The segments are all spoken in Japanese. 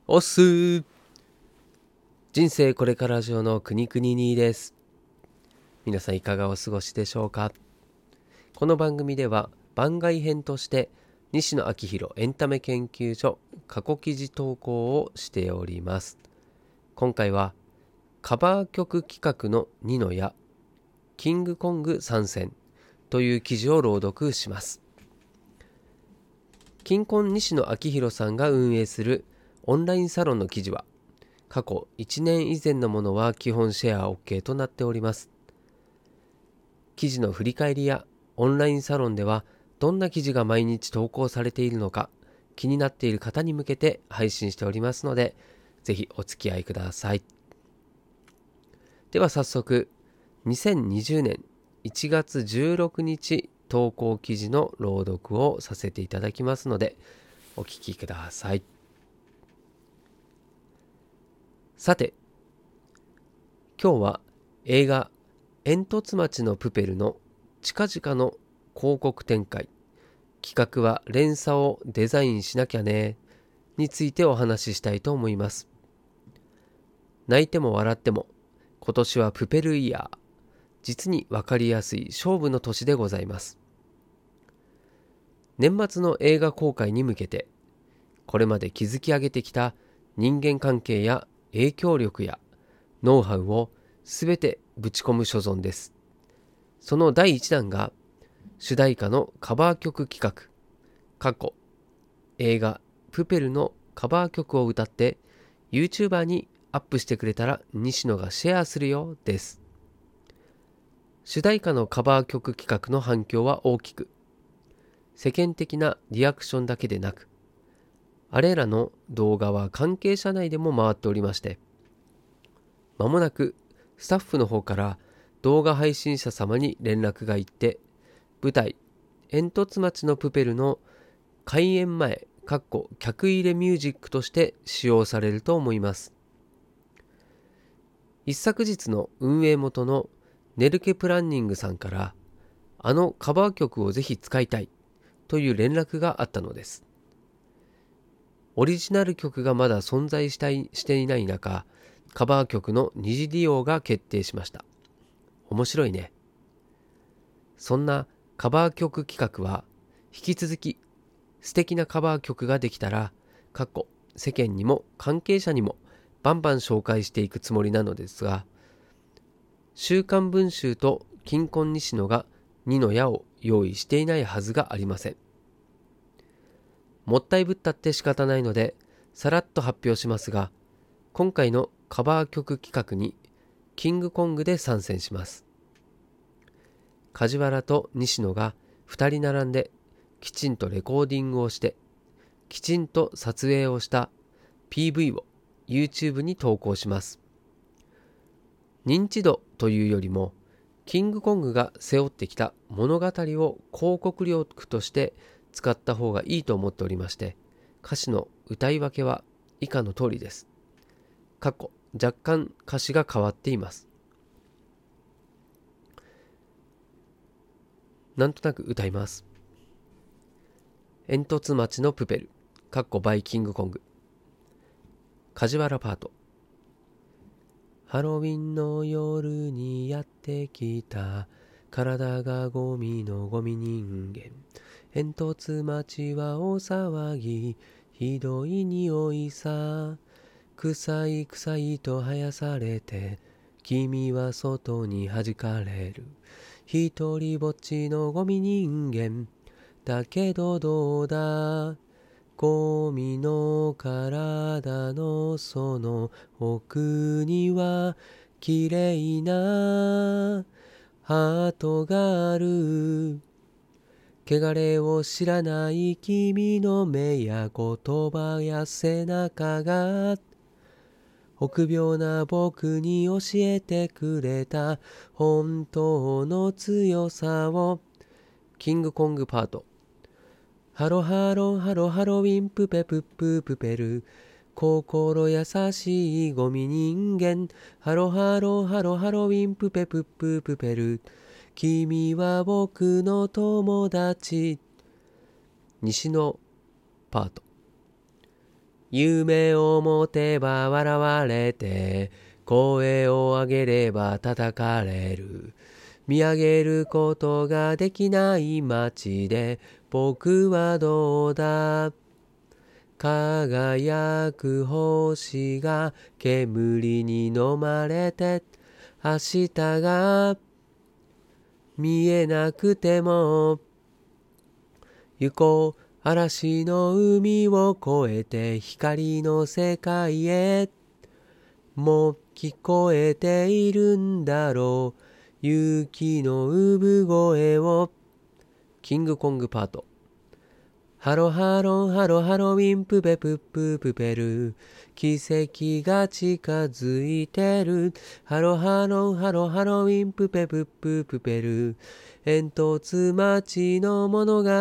おっすー。人生これから上のくにくににです。皆さんいかがお過ごしでしょうか。この番組では番外編として西野昭弘エンタメ研究所過去記事投稿をしております。今回はカバー曲企画のニノやキングコング参戦という記事を朗読します。キンコン西野昭弘さんが運営するオンラインサロンの記事は過去1年以前のものは基本シェア OK となっております。記事の振り返りやオンラインサロンではどんな記事が毎日投稿されているのか気になっている方に向けて配信しておりますので、ぜひお付き合いください。では早速、2020年1月16日投稿記事の朗読をさせていただきますので、お聞きください。さて、今日は映画煙突町のプペルの近々の広告展開、企画は連鎖をデザインしなきゃねについてお話ししたいと思います。泣いても笑っても今年はプペルイヤー、実にわかりやすい勝負の年でございます。年末の映画公開に向けてこれまで築き上げてきた人間関係や影響力やノウハウをすべてぶち込む所存です。その第1弾が主題歌のカバー曲企画、映画プペルのカバー曲を歌って YouTuber にアップしてくれたら西野がシェアするよです。主題歌のカバー曲企画の反響は大きく、世間的なリアクションだけでなく、あれらの動画は関係者内でも回っておりまして、まもなくスタッフの方から動画配信者様に連絡がいって、舞台煙突町のプペルの開演前客入れミュージックとして使用されると思います。一昨日の運営元のネルケプランニングさんからあのカバー曲をぜひ使いたいという連絡があったのです。オリジナル曲がまだ存在していない中、カバー曲の二次利用が決定しました。面白いね。そんなカバー曲企画は引き続き素敵なカバー曲ができたら世間にも関係者にもバンバン紹介していくつもりなのですが、週刊文集と金婚西野が二の矢を用意していないはずがありません。もったいぶったって仕方ないのでさらっと発表しますが、今回のカバー曲企画にキングコングで参戦します。梶原と西野が2人並んできちんとレコーディングをしてきちんと撮影をした PV を YouTube に投稿します。認知度というよりもキングコングが背負ってきた物語を広告力として使った方がいいと思っておりまして、歌詞の歌い分けは以下の通りです。若干歌詞が変わっています。なんとなく歌います。煙突町のプペルバイキングコング、梶原パート。ハロウィンの夜にやってきた体がゴミのゴミ人間、煙突町は大騒ぎ、ひどい匂いさ、臭い臭いと生やされて君は外に弾かれる、一人ぼっちのゴミ人間だけどどうだ、ゴミの体のその奥には綺麗なハートがある、汚れを知らない君の目や言葉や背中が臆病な僕に教えてくれた本当の強さを。キングコングパート。ハロハロハロハロウィンプペプッププペル、心優しいゴミ人間、ハロハロハロハロウィンプペプッププペル、君は僕の友達。西のパート。 夢を持てば笑われて、声を上げれば叩かれる。見上げることができない街で、僕はどうだ。輝く星が煙に飲まれて、明日が見えなくても、行こう嵐の海を越えて光の世界へ。もう聞こえているんだろう、雪の産声を。キングコングパート。ハロハロハロハロウィンプペプッププペル、奇跡が近づいてる。ハロハロハロハロウィンプペプッププペル、煙突町の物語。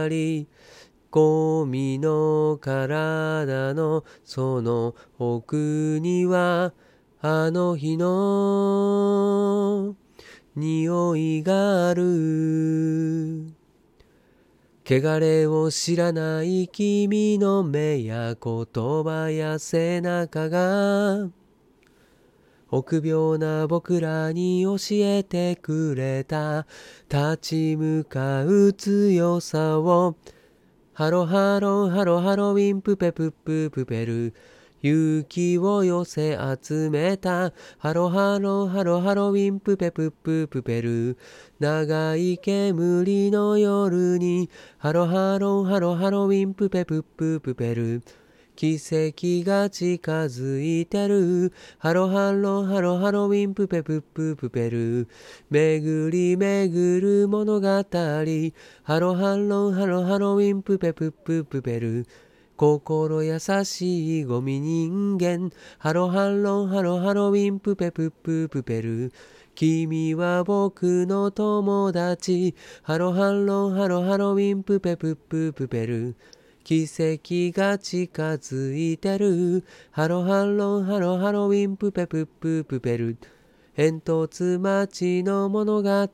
ゴミの体のその奥にはあの日の匂いがある。汚れを知らない君の目や言葉や背中が、臆病な僕らに教えてくれた立ち向かう強さを。ハロハロハロハロウィンプペプッププペル、勇気を寄せ集めた。ハロハロハロハロウィンプペプッププペル、長い煙の夜に。ハロハロハロハロウィンプペプッププペル、奇跡が近づいてる。ハロハロハロハロウィンプペプッププペル、巡り巡る物語。ハロハロハロハロウィンプペプッププペル、心優しいゴミ人間。ハロハロハロハロウィンプペプッププペル、君は僕の友達。ハロハロハロハロウィンプペプッププペル、奇跡が近づいてる。ハロハロハロハロウィンプペプッププペル、煙突町の物語。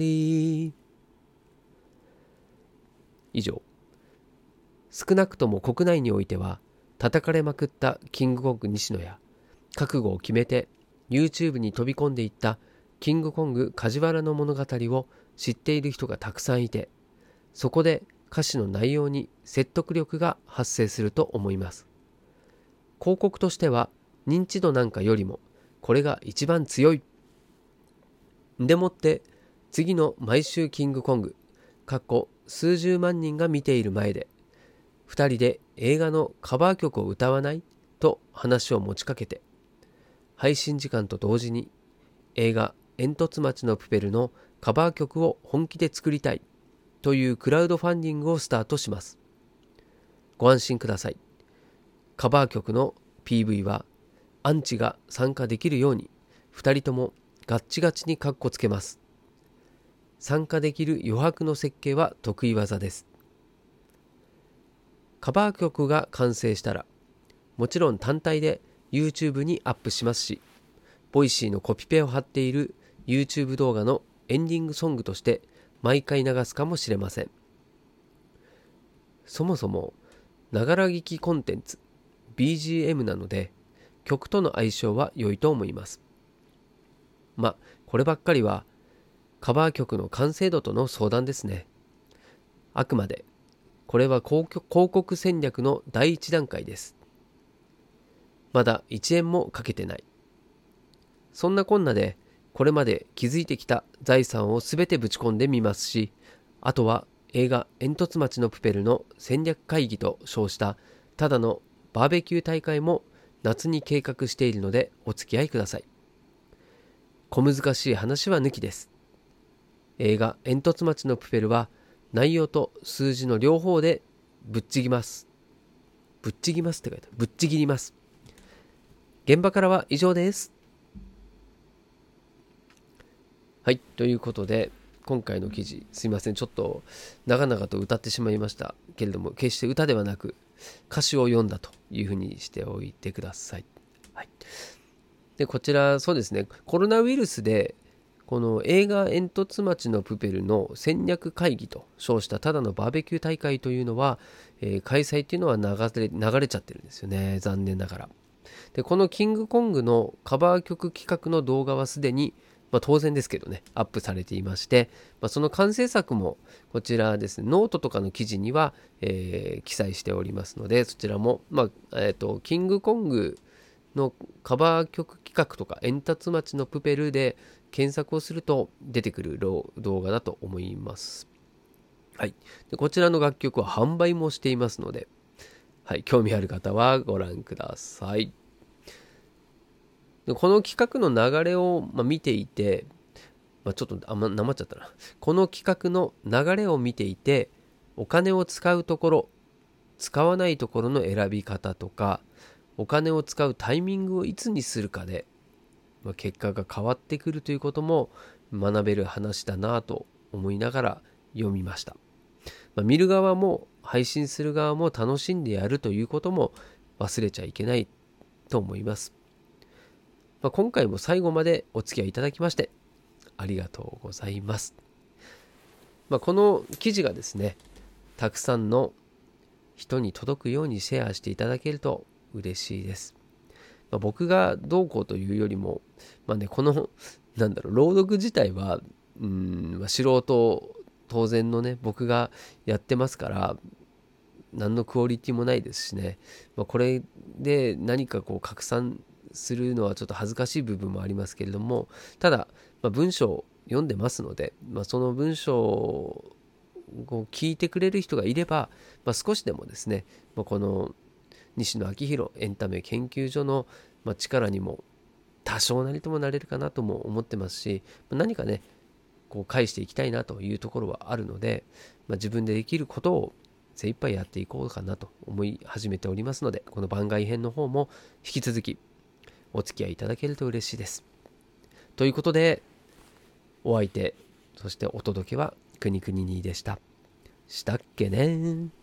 以上。少なくとも国内においては叩かれまくったキングコング西野や、覚悟を決めて YouTube に飛び込んでいったキングコング梶原の物語を知っている人がたくさんいて、そこで歌詞の内容に説得力が発生すると思います。広告としては認知度なんかよりもこれが一番強い。でもって次の毎週キングコング数十万人が見ている前で、2人で映画のカバー曲を歌わないと話を持ちかけて、配信時間と同時に映画煙突町のプペルのカバー曲を本気で作りたいというクラウドファンディングをスタートします。ご安心ください。カバー曲の PV はアンチが参加できるように2人ともガッチガチにカッコつけます。参加できる余白の設計は得意技です。カバー曲が完成したら、もちろん単体で YouTube にアップしますし、ボイシーのコピペを貼っている YouTube 動画のエンディングソングとして毎回流すかもしれません。そもそもながら聞きコンテンツ BGM なので、曲との相性は良いと思います。こればっかりはカバー曲の完成度との相談ですね。あくまでこれは広告戦略の第一段階です。まだ1円もかけてない。そんなこんなでこれまで築いてきた財産をすべてぶち込んでみますし、あとは映画煙突町のプペルの戦略会議と称したただのバーベキュー大会も夏に計画しているのでお付き合いください。小難しい話は抜きです。映画煙突町のプペルは内容と数字の両方でぶっちぎます。ぶっちぎますって書いてある。ぶっちぎります。現場からは以上です。はい、ということで今回の記事、すいません、ちょっと長々と歌ってしまいましたけれども、決して歌ではなく歌詞を読んだというふうにしておいてください。はい、でこちらそうですね、コロナウイルスでこの映画煙突町のプペルの戦略会議と称したただのバーベキュー大会というのは、開催っていうのは流れちゃってるんですよね、残念ながら。でこのキングコングのカバー曲企画の動画はすでに、当然ですけどねアップされていまして、その完成作もこちらですねノートとかの記事には、記載しておりますので、そちらも、キングコングのカバー曲企画とか煙突町のプペルで検索をすると出てくる動画だと思います。はい、でこちらの楽曲は販売もしていますので、はい、興味ある方はご覧ください。でこの企画の流れを、見ていて、ちょっとなまっちゃったな。この企画の流れを見ていて、お金を使うところ、使わないところの選び方とか、お金を使うタイミングをいつにするかで、結果が変わってくるということも学べる話だなと思いながら読みました。見る側も配信する側も楽しんでやるということも忘れちゃいけないと思います。今回も最後までお付き合いいただきましてありがとうございます。この記事がですね、たくさんの人に届くようにシェアしていただけると嬉しいです。僕がどうこうというよりも、この朗読自体は素人当然のね僕がやってますから何のクオリティもないですしね、これで何か拡散するのはちょっと恥ずかしい部分もありますけれども、ただ、文章を読んでますので、その文章を聞いてくれる人がいれば、少しでもですね、この西野昭弘エンタメ研究所の力にも多少なりともなれるかなとも思ってますし、何かね返していきたいなというところはあるので、自分でできることを精一杯やっていこうかなと思い始めておりますので、この番外編の方も引き続きお付き合いいただけると嬉しいです。ということで、お相手そしてお届けはくにくににでした。したっけね。